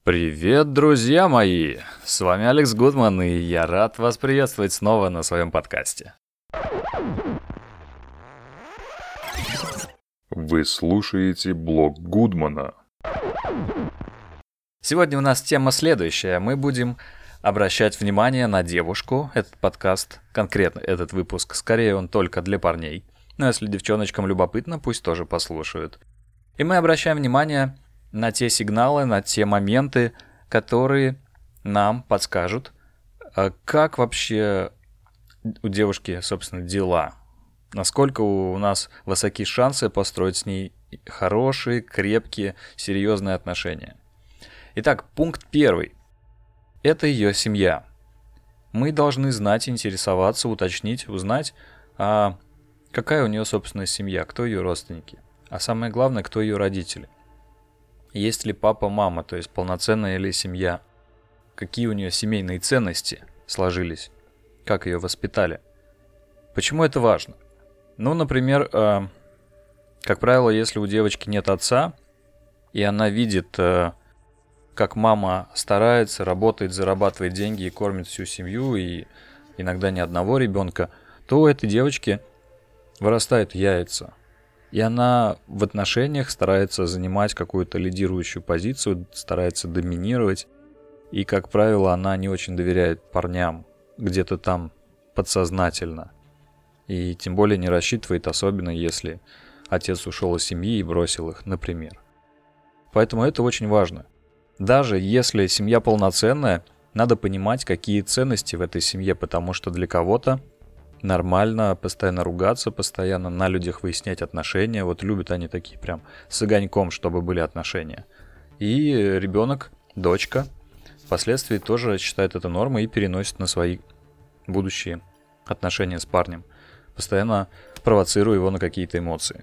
Привет, друзья мои! С вами Алекс Гудман, и я рад вас приветствовать снова на своем подкасте. Вы слушаете блог Гудмана. Сегодня у нас тема следующая. Мы будем обращать внимание на девушку. Этот подкаст, конкретно этот выпуск, скорее он только для парней. Но если девчоночкам любопытно, пусть тоже послушают. И мы обращаем внимание на те сигналы, на те моменты, которые нам подскажут, как вообще у девушки, собственно, дела. Насколько у нас высоки шансы построить с ней хорошие, крепкие, серьезные отношения. Итак, пункт первый. Это ее семья. Мы должны знать, интересоваться, уточнить, узнать, какая у нее, собственно, семья, кто ее родственники. А самое главное, кто ее родители. Есть ли папа, мама, то есть полноценная ли семья. Какие у нее семейные ценности сложились, как ее воспитали. Почему это важно? Ну, например, как правило, если у девочки нет отца, и она видит, как мама старается, работает, зарабатывает деньги и кормит всю семью, и иногда не одного ребенка, то у этой девочки вырастают яйца. И она в отношениях старается занимать какую-то лидирующую позицию, старается доминировать. И, как правило, она не очень доверяет парням, где-то там подсознательно. И тем более не рассчитывает, особенно если отец ушел из семьи и бросил их, например. Поэтому это очень важно. Даже если семья полноценная, надо понимать, какие ценности в этой семье, потому что для кого-то нормально постоянно ругаться, постоянно на людях выяснять отношения. Вот любят они такие прям с огоньком, чтобы были отношения. И ребенок, дочка, впоследствии тоже считает это нормой и переносит на свои будущие отношения с парнем, постоянно провоцируя его на какие-то эмоции.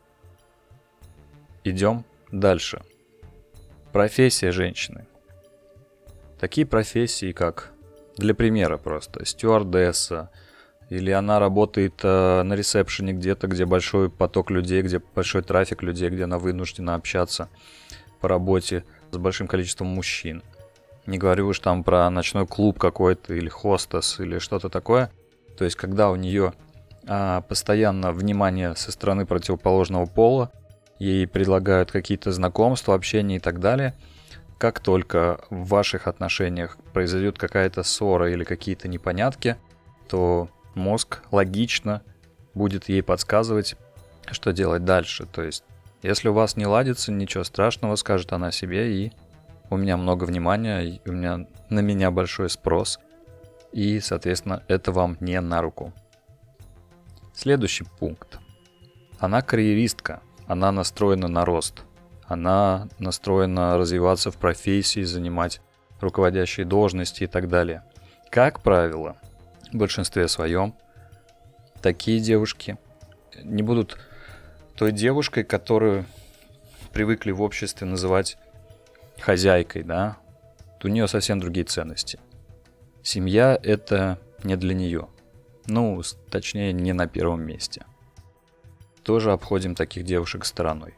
Идем дальше. Профессия женщины. Такие профессии, как, для примера просто, стюардесса, или она работает на ресепшене где-то, где большой поток людей, где большой трафик людей, где она вынуждена общаться по работе с большим количеством мужчин. Не говорю уж там про ночной клуб какой-то, или хостес, или что-то такое. То есть, когда у нее постоянно внимание со стороны противоположного пола, ей предлагают какие-то знакомства, общение и так далее. Как только в ваших отношениях произойдет какая-то ссора или какие-то непонятки, то мозг логично будет ей подсказывать, что делать дальше. То есть, если у вас не ладится, ничего страшного, скажет она себе, и у меня много внимания, и на меня большой спрос, и, соответственно, это вам не на руку. Следующий пункт. Она карьеристка, она настроена на рост, она настроена развиваться в профессии, занимать руководящие должности и так далее. Как правило, в большинстве своем такие девушки не будут той девушкой, которую привыкли в обществе называть хозяйкой, да? У нее совсем другие ценности. Семья — это не для нее. Ну, точнее, не на первом месте. Тоже обходим таких девушек стороной.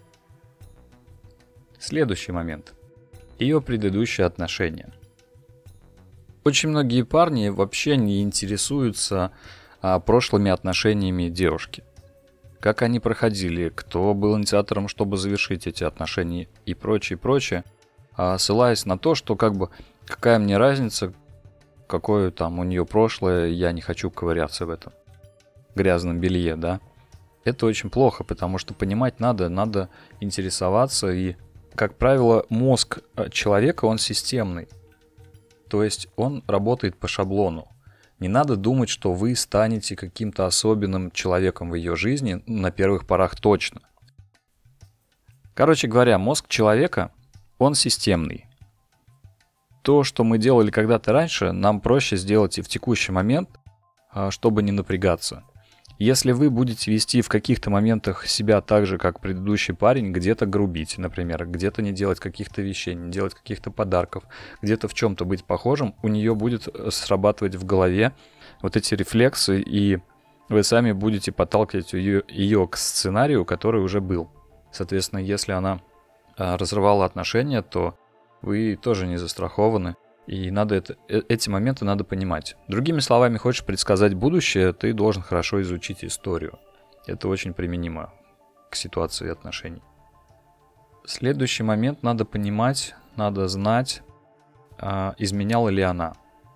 Следующий момент. Ее предыдущие отношения. Очень многие парни вообще не интересуются прошлыми отношениями девушки. Как они проходили, кто был инициатором, чтобы завершить эти отношения и прочее, ссылаясь на то, что какая мне разница, какое там у нее прошлое, я не хочу ковыряться в этом грязном белье, да. Это очень плохо, потому что понимать надо интересоваться, и, как правило, мозг человека, он системный. То есть он работает по шаблону. Не надо думать, что вы станете каким-то особенным человеком в ее жизни, на первых порах точно. Короче говоря, мозг человека, он системный. То, что мы делали когда-то раньше, нам проще сделать и в текущий момент, чтобы не напрягаться. Если вы будете вести в каких-то моментах себя так же, как предыдущий парень, где-то грубить, например, где-то не делать каких-то вещей, не делать каких-то подарков, где-то в чем-то быть похожим, у нее будет срабатывать в голове вот эти рефлексы, и вы сами будете подталкивать ее к сценарию, который уже был. Соответственно, если она разрывала отношения, то вы тоже не застрахованы. И эти моменты надо понимать. Другими словами, хочешь предсказать будущее, ты должен хорошо изучить историю. Это очень применимо к ситуации отношений. Следующий момент надо понимать, надо знать, изменяла ли она.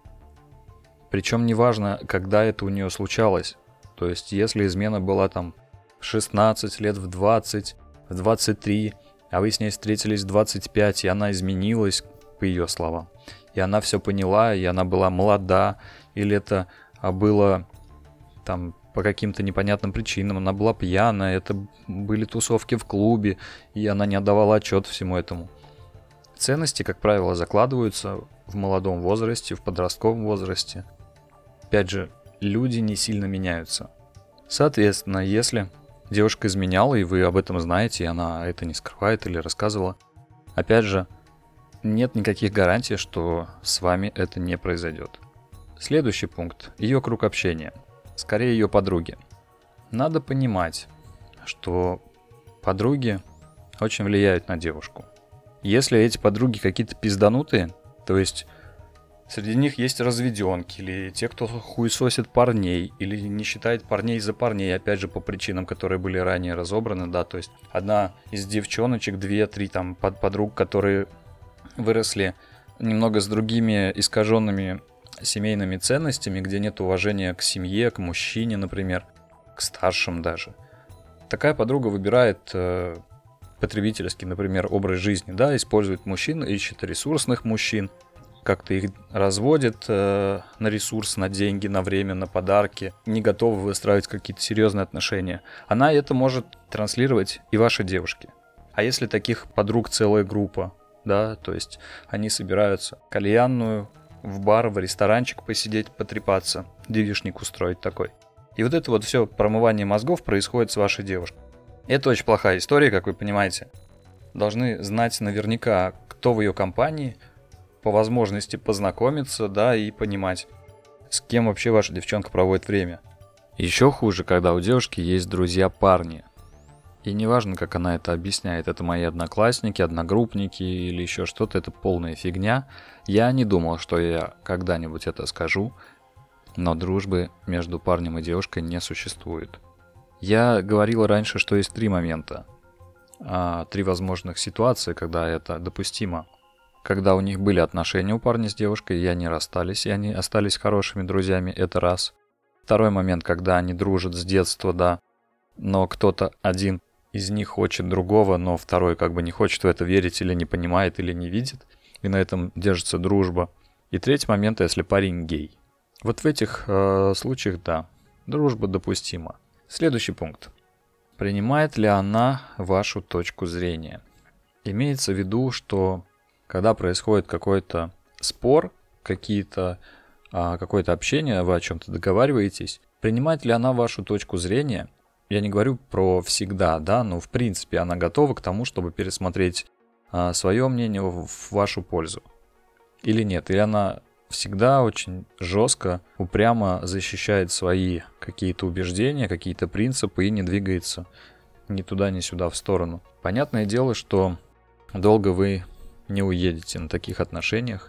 Причем неважно, когда это у нее случалось. То есть, если измена была там в 16 лет, в 20, в 23, а вы с ней встретились в 25, и она изменилась, по ее словам, и она все поняла, и она была молода, или это было там по каким-то непонятным причинам, она была пьяная, это были тусовки в клубе, и она не отдавала отчет всему этому. Ценности, как правило, закладываются в молодом возрасте, в подростковом возрасте. Опять же, люди не сильно меняются. Соответственно, если девушка изменяла, и вы об этом знаете, и она это не скрывает или рассказывала, опять же, нет никаких гарантий, что с вами это не произойдет. Следующий пункт – ее круг общения. Скорее, ее подруги. Надо понимать, что подруги очень влияют на девушку. Если эти подруги какие-то пизданутые, то есть среди них есть разведенки, или те, кто хуесосит парней, или не считает парней за парней, опять же, по причинам, которые были ранее разобраны, да, то есть одна из девчоночек, 2-3 там подруг, которые выросли немного с другими искаженными семейными ценностями, где нет уважения к семье, к мужчине, например, к старшим даже. Такая подруга выбирает потребительский, например, образ жизни, да, использует мужчин, ищет ресурсных мужчин, как-то их разводит на ресурс, на деньги, на время, на подарки, не готова выстраивать какие-то серьезные отношения. Она это может транслировать и вашей девушке. А если таких подруг целая группа, да, то есть они собираются в кальянную, в бар, в ресторанчик посидеть, потрепаться, девичник устроить такой. И вот это вот все промывание мозгов происходит с вашей девушкой. Это очень плохая история, как вы понимаете. Должны знать наверняка, кто в ее компании, по возможности познакомиться, да, и понимать, с кем вообще ваша девчонка проводит время. Еще хуже, когда у девушки есть друзья-парни. И неважно, как она это объясняет, это мои одноклассники, одногруппники или еще что-то, это полная фигня. Я не думал, что я когда-нибудь это скажу, но дружбы между парнем и девушкой не существует. Я говорил раньше, что есть 3 момента, 3 возможных ситуации, когда это допустимо. Когда у них были отношения у парня с девушкой, и они расстались, и они остались хорошими друзьями, это раз. Второй момент, когда они дружат с детства, да, но кто-то один из них хочет другого, но второй как бы не хочет в это верить или не понимает, или не видит, и на этом держится дружба. И третий момент, если парень гей. Вот в этих случаях, да, дружба допустима. Следующий пункт. Принимает ли она вашу точку зрения? Имеется в виду, что когда происходит какой-то спор, какое-то общение, вы о чем-то договариваетесь, принимает ли она вашу точку зрения? Я не говорю про всегда, да, но в принципе она готова к тому, чтобы пересмотреть свое мнение в вашу пользу. Или нет, или она всегда очень жестко, упрямо защищает свои какие-то убеждения, какие-то принципы и не двигается ни туда, ни сюда в сторону. Понятное дело, что долго вы не уедете на таких отношениях.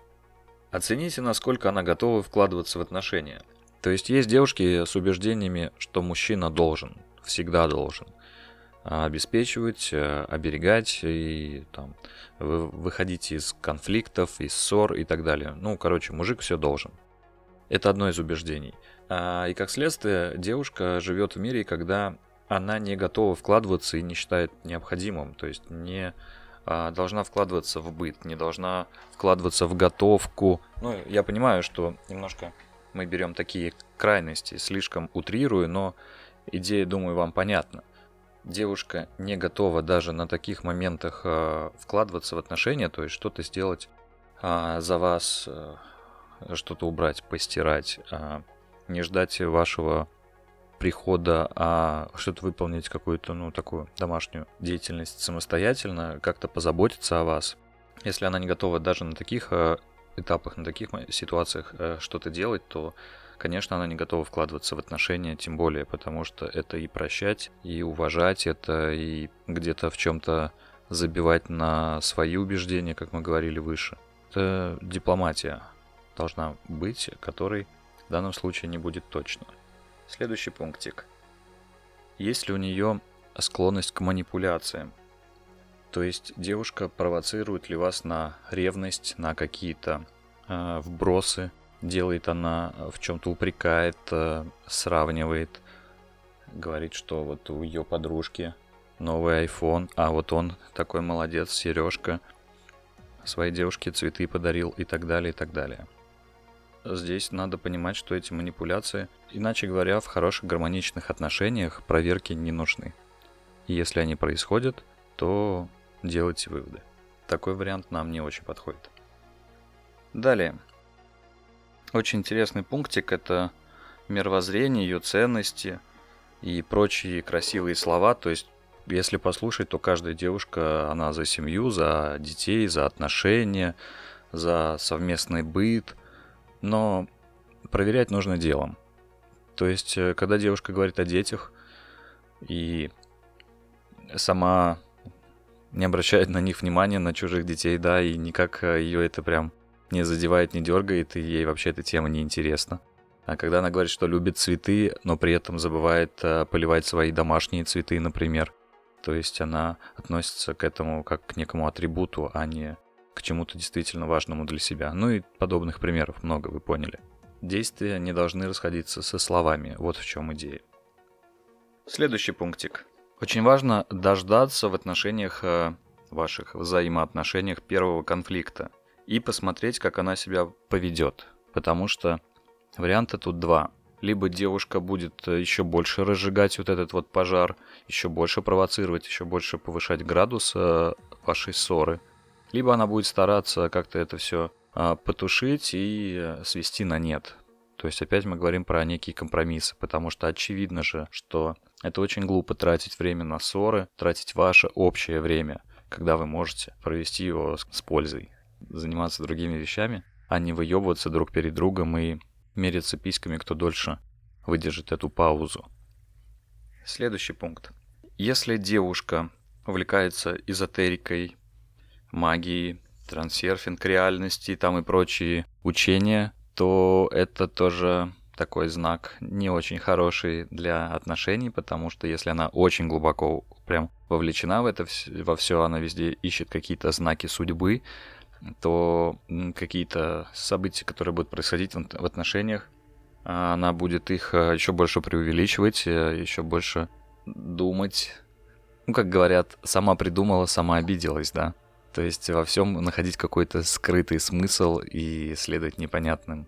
Оцените, насколько она готова вкладываться в отношения. То есть девушки с убеждениями, что мужчина должен, всегда должен обеспечивать, оберегать и там, выходить из конфликтов, из ссор и так далее. Ну, короче, мужик все должен. Это одно из убеждений. И как следствие, девушка живет в мире, когда она не готова вкладываться и не считает необходимым. То есть не должна вкладываться в быт, не должна вкладываться в готовку. Ну, я понимаю, что немножко мы берем такие крайности, слишком утрирую, но идея, думаю, вам понятна. Девушка не готова даже на таких моментах вкладываться в отношения, то есть что-то сделать за вас, что-то убрать, постирать, не ждать вашего прихода, а что-то выполнить, какую-то, такую домашнюю деятельность самостоятельно, как-то позаботиться о вас. Если она не готова даже на таких этапах, на таких ситуациях что-то делать, то, конечно, она не готова вкладываться в отношения, тем более, потому что это и прощать, и уважать, это и где-то в чем-то забивать на свои убеждения, как мы говорили выше. Это дипломатия должна быть, которой в данном случае не будет точно. Следующий пунктик. Есть ли у нее склонность к манипуляциям? То есть девушка провоцирует ли вас на ревность, на какие-то вбросы, делает она в чем-то, упрекает, сравнивает, говорит, что вот у ее подружки новый iPhone, а вот он такой молодец, сережка, своей девушке цветы подарил и так далее, и так далее. Здесь надо понимать, что эти манипуляции, иначе говоря, в хороших гармоничных отношениях проверки не нужны. И если они происходят, то делайте выводы. Такой вариант нам не очень подходит. Далее. Очень интересный пунктик – это мировоззрение, ее ценности и прочие красивые слова. То есть, если послушать, то каждая девушка, она за семью, за детей, за отношения, за совместный быт. Но проверять нужно делом. То есть, когда девушка говорит о детях и сама не обращает на них внимания, на чужих детей, да, и никак ее это прям не задевает, не дергает, и ей вообще эта тема не интересна. А когда она говорит, что любит цветы, но при этом забывает поливать свои домашние цветы, например, то есть она относится к этому как к некому атрибуту, а не к чему-то действительно важному для себя. Ну и подобных примеров много, вы поняли. Действия не должны расходиться со словами, вот в чем идея. Следующий пунктик. Очень важно дождаться в отношениях ваших взаимоотношениях первого конфликта и посмотреть, как она себя поведет. Потому что варианта тут два. Либо девушка будет еще больше разжигать вот этот вот пожар, еще больше провоцировать, еще больше повышать градус вашей ссоры. Либо она будет стараться как-то это все потушить и свести на нет. То есть опять мы говорим про некие компромиссы, потому что очевидно же, что это очень глупо тратить время на ссоры, тратить ваше общее время, когда вы можете провести его с пользой, заниматься другими вещами, а не выебываться друг перед другом и мериться письками, кто дольше выдержит эту паузу. Следующий пункт. Если девушка увлекается эзотерикой, магией, трансерфинг реальности там и прочие учения, то это тоже такой знак не очень хороший для отношений, потому что если она очень глубоко прям вовлечена в это, во все, она везде ищет какие-то знаки судьбы, то какие-то события, которые будут происходить в отношениях, она будет их еще больше преувеличивать, еще больше думать. Ну, как говорят, сама придумала, сама обиделась, да? То есть во всем находить какой-то скрытый смысл и следовать непонятным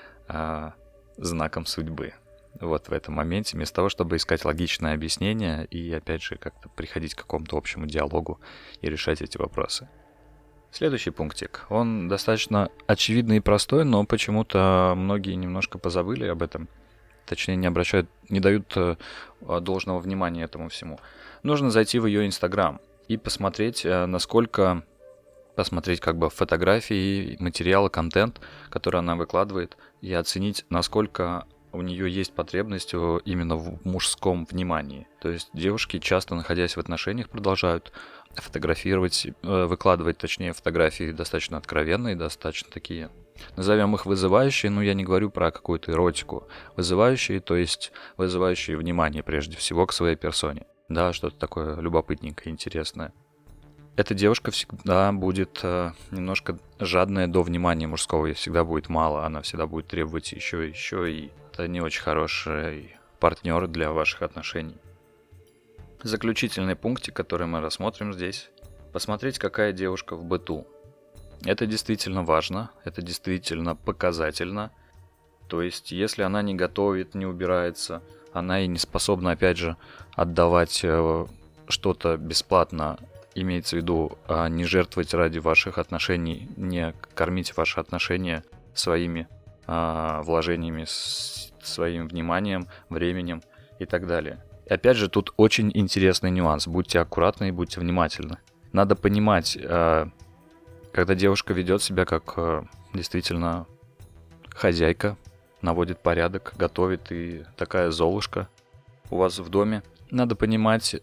знаком судьбы. Вот в этом моменте, вместо того, чтобы искать логичное объяснение и, опять же, как-то приходить к какому-то общему диалогу и решать эти вопросы. Следующий пунктик. Он достаточно очевидный и простой, но почему-то многие немножко позабыли об этом. Точнее, не дают должного внимания этому всему. Нужно зайти в ее Инстаграм и посмотреть, посмотреть как бы фотографии, материалы, контент, который она выкладывает, и оценить, насколько у нее есть потребность именно в мужском внимании. То есть девушки, часто находясь в отношениях, продолжают фотографировать, выкладывать, точнее, фотографии достаточно откровенные, достаточно такие, назовем их вызывающие, но я не говорю про какую-то эротику. Вызывающие, то есть вызывающие внимание прежде всего к своей персоне. Да, что-то такое любопытненькое, интересное. Эта девушка всегда будет немножко жадная до внимания мужского, ей всегда будет мало, она всегда будет требовать еще, и это не очень хороший партнер для ваших отношений. Заключительный пунктик, который мы рассмотрим здесь. Посмотреть, какая девушка в быту. Это действительно важно, это действительно показательно. То есть, если она не готовит, не убирается, она и не способна, опять же, отдавать что-то бесплатно, имеется в виду, не жертвовать ради ваших отношений, не кормить ваши отношения своими вложениями, своим вниманием, временем и так далее. И опять же, тут очень интересный нюанс. Будьте аккуратны и будьте внимательны. Надо понимать, когда девушка ведет себя как действительно хозяйка, наводит порядок, готовит и такая золушка у вас в доме, надо понимать,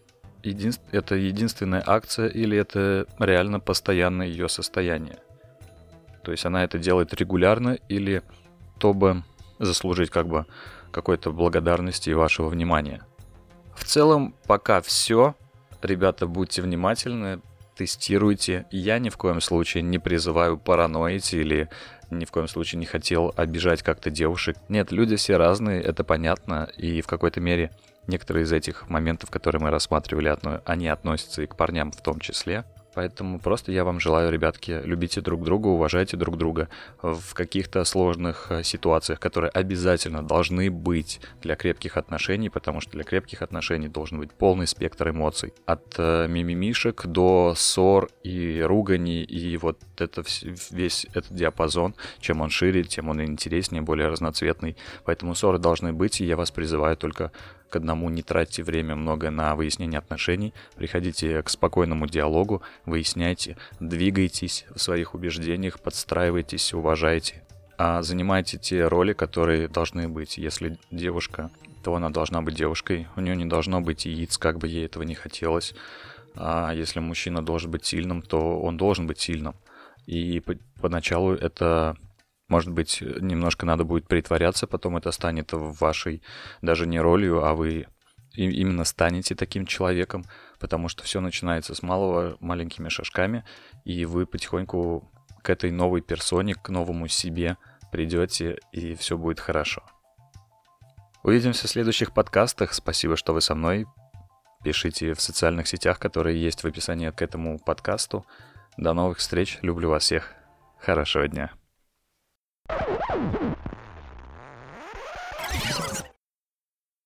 это единственная акция или это реально постоянное ее состояние. То есть она это делает регулярно или чтобы заслужить какой-то благодарности и вашего внимания. В целом, пока все. Ребята, будьте внимательны, тестируйте. Я ни в коем случае не призываю параноить или ни в коем случае не хотел обижать как-то девушек. Нет, люди все разные, это понятно, и в какой-то мере некоторые из этих моментов, которые мы рассматривали, они относятся и к парням в том числе. Поэтому просто я вам желаю, ребятки, любите друг друга, уважайте друг друга в каких-то сложных ситуациях, которые обязательно должны быть для крепких отношений, потому что для крепких отношений должен быть полный спектр эмоций. От мимимишек до ссор и руганий, и вот это весь этот диапазон, чем он шире, тем он интереснее, более разноцветный. Поэтому ссоры должны быть, и я вас призываю только к одному: не тратьте время много на выяснение отношений, приходите к спокойному диалогу, выясняйте, двигайтесь в своих убеждениях, подстраивайтесь, уважайте, а занимайте те роли, которые должны быть. Если девушка, то она должна быть девушкой, у нее не должно быть яиц, как бы ей этого не хотелось. А если мужчина должен быть сильным, то он должен быть сильным. И поначалу это... Может быть, немножко надо будет притворяться, потом это станет вашей даже не ролью, а вы именно станете таким человеком, потому что все начинается с малого, маленькими шажками, и вы потихоньку к этой новой персоне, к новому себе придете, и все будет хорошо. Увидимся в следующих подкастах. Спасибо, что вы со мной. Пишите в социальных сетях, которые есть в описании к этому подкасту. До новых встреч. Люблю вас всех. Хорошего дня.